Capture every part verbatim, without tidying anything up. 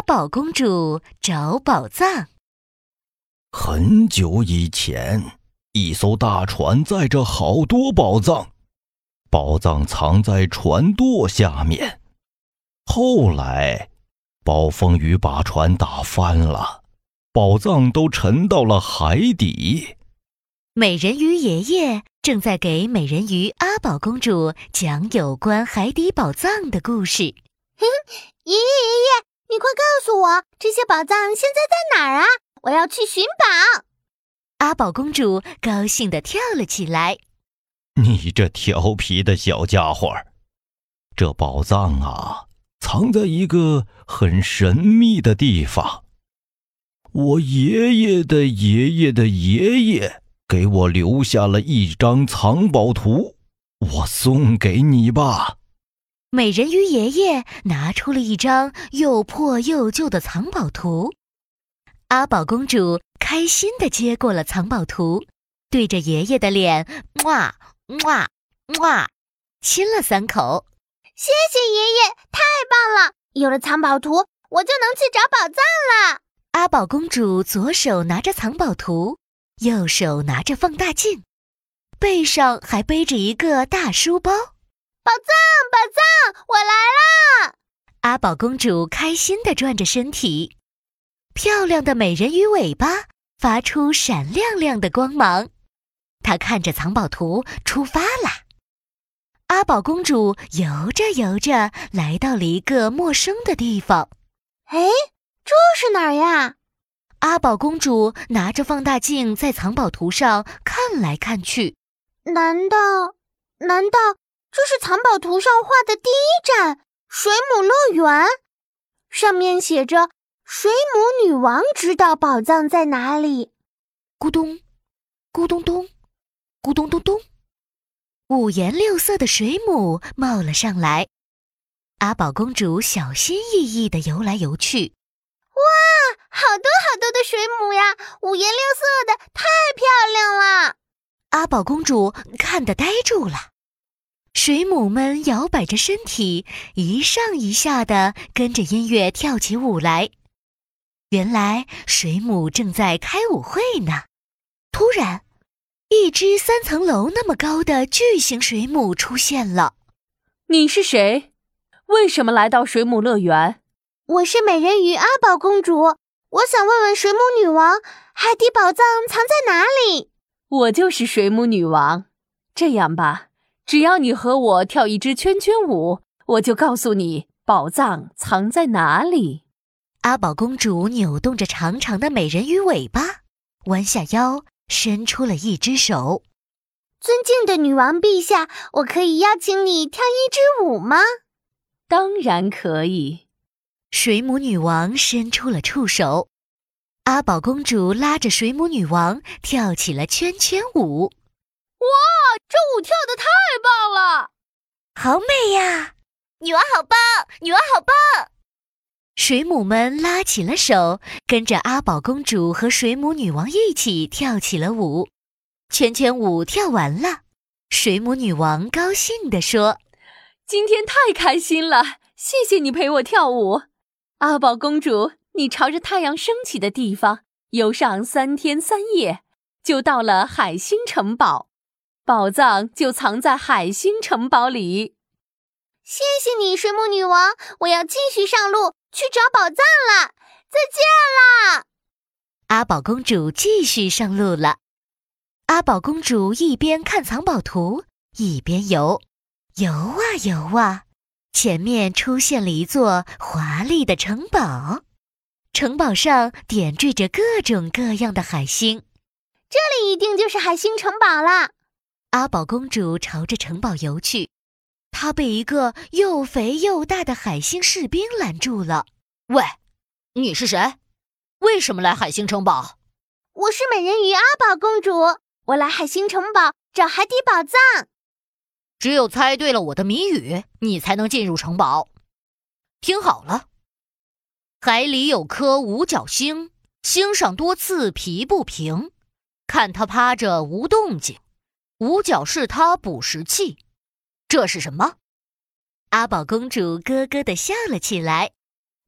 宝公主找宝藏。 很久以前，一艘大船载着好多宝藏，宝藏藏在船舵下面。后来，暴风雨把船打翻了，宝藏都沉到了海底。 美人鱼爷爷正在给美人鱼阿宝公主讲有关海底宝藏的故事。 哼，爷爷爷爷，你快告诉我，这些宝藏现在在哪儿啊？我要去寻宝。 阿宝公主高兴地跳了起来。 你这调皮的小家伙，这宝藏啊，藏在一个很神秘的地方。我爷爷的爷爷的爷爷给我留下了一张藏宝图，我送给你吧。 美人鱼爷爷拿出了一张又破又旧的藏宝图。阿宝公主开心地接过了藏宝图，对着爷爷的脸哇哇哇亲了三口。 谢谢爷爷，太棒了！有了藏宝图，我就能去找宝藏了。 阿宝公主左手拿着藏宝图，右手拿着放大镜，背上还背着一个大书包。 宝藏，宝藏，我来啦！ 阿宝公主开心地转着身体，漂亮的美人鱼尾巴发出闪亮亮的光芒。她看着藏宝图出发了。阿宝公主游着游着，来到了一个陌生的地方。 哎，这是哪儿呀？ 阿宝公主拿着放大镜在藏宝图上看来看去。 难道，难道这是藏宝图上画的第一站水母乐园？上面写着水母女王知道宝藏在哪里。 咕咚，咕咚咚，咕咚咚咚，五颜六色的水母冒了上来。阿宝公主小心翼翼地游来游去。 哇，好多好多的水母呀，五颜六色的，太漂亮了！ 阿宝公主看得呆住了。水母们摇摆着身体，一上一下地跟着音乐跳起舞来。原来水母正在开舞会呢。突然，一只三层楼那么高的巨型水母出现了。 你是谁？为什么来到水母乐园？ 我是美人鱼阿宝公主，我想问问水母女王，海底宝藏藏在哪里？ 我就是水母女王。这样吧，只要你和我跳一支圈圈舞，我就告诉你宝藏藏在哪里。 阿宝公主扭动着长长的美人鱼尾巴，弯下腰，伸出了一只手。 尊敬的女王陛下，我可以邀请你跳一支舞吗？ 当然可以。 水母女王伸出了触手，阿宝公主拉着水母女王跳起了圈圈舞。 哇，这舞跳得太棒了！ 好美呀！ 女王好棒，女王好棒！ 水母们拉起了手，跟着阿宝公主和水母女王一起跳起了舞。圈圈舞跳完了，水母女王高兴地说： 今天太开心了，谢谢你陪我跳舞。阿宝公主，你朝着太阳升起的地方游上三天三夜，就到了海星城堡，宝藏就藏在海星城堡里。 谢谢你，水母女王，我要继续上路去找宝藏了，再见啦！ 阿宝公主继续上路了。阿宝公主一边看藏宝图，一边游，游啊游啊，前面出现了一座华丽的城堡，城堡上点缀着各种各样的海星。 这里一定就是海星城堡啦！ 阿宝公主朝着城堡游去，她被一个又肥又大的海星士兵拦住了。 喂，你是谁？为什么来海星城堡？ 我是美人鱼阿宝公主，我来海星城堡找海底宝藏。 只有猜对了我的谜语，你才能进入城堡。听好了，海里有颗五角星，星上多刺皮不平，看它趴着无动静，五角是它捕食器。这是什么？ 阿宝公主咯咯地笑了起来。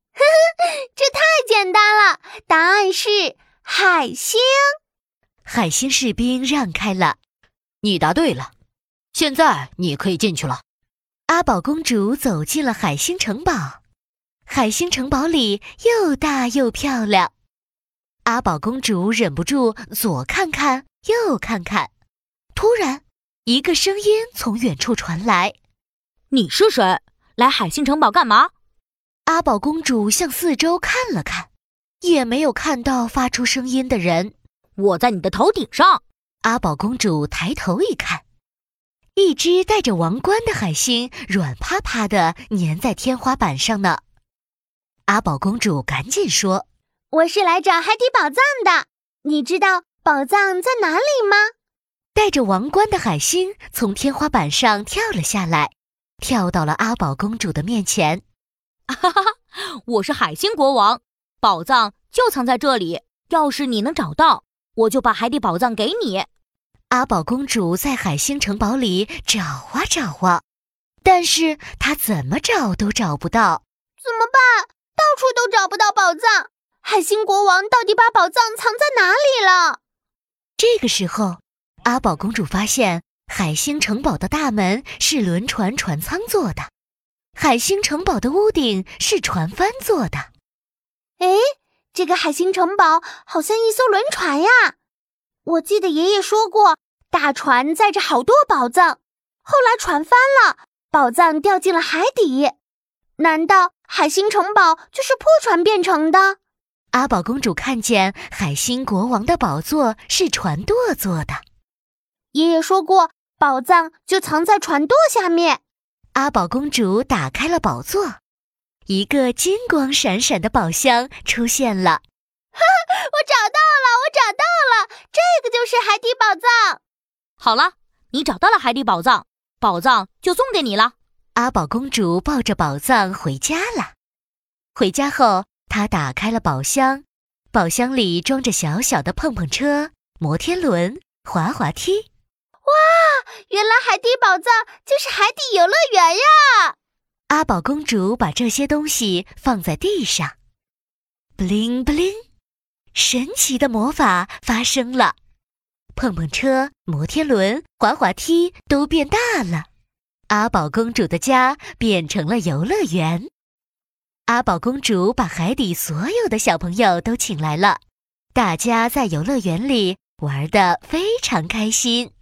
这太简单了，答案是海星。 海星士兵让开了。 你答对了，现在你可以进去了。 阿宝公主走进了海星城堡。海星城堡里又大又漂亮。阿宝公主忍不住左看看右看看，突然一个声音从远处传来： 你是谁？来海星城堡干嘛？ 阿宝公主向四周看了看，也没有看到发出声音的人。 我在你的头顶上。 阿宝公主抬头一看，一只戴着王冠的海星软趴趴的粘在天花板上呢。阿宝公主赶紧说： 我是来找海底宝藏的，你知道宝藏在哪里吗？ 戴着王冠的海星从天花板上跳了下来，跳到了阿宝公主的面前。 哈哈哈，我是海星国王，宝藏就藏在这里，要是你能找到，我就把海底宝藏给你。 阿宝公主在海星城堡里找啊找啊，但是她怎么找都找不到。 怎么办？到处都找不到宝藏，海星国王到底把宝藏藏在哪里了？ 这个时候，阿宝公主发现海星城堡的大门是轮船船舱做的，海星城堡的屋顶是船帆做的。 诶，这个海星城堡好像一艘轮船呀！我记得爷爷说过，大船载着好多宝藏，后来船翻了，宝藏掉进了海底。难道海星城堡就是破船变成的？ 阿宝公主看见海星国王的宝座是船舵做的。 爷爷说过，宝藏就藏在船舵下面。 阿宝公主打开了宝座，一个金光闪闪的宝箱出现了。 我找到了，我找到了，这个就是海底宝藏。 好了，你找到了海底宝藏，宝藏就送给你了。 阿宝公主抱着宝藏回家了。回家后，她打开了宝箱，宝箱里装着小小的碰碰车、摩天轮、滑滑梯。 哇，原来海底宝藏就是海底游乐园呀！ 阿宝公主把这些东西放在地上， bling bling， 神奇的魔法发生了，碰碰车、摩天轮、滑滑梯都变大了，阿宝公主的家变成了游乐园。阿宝公主把海底所有的小朋友都请来了，大家在游乐园里玩得非常开心。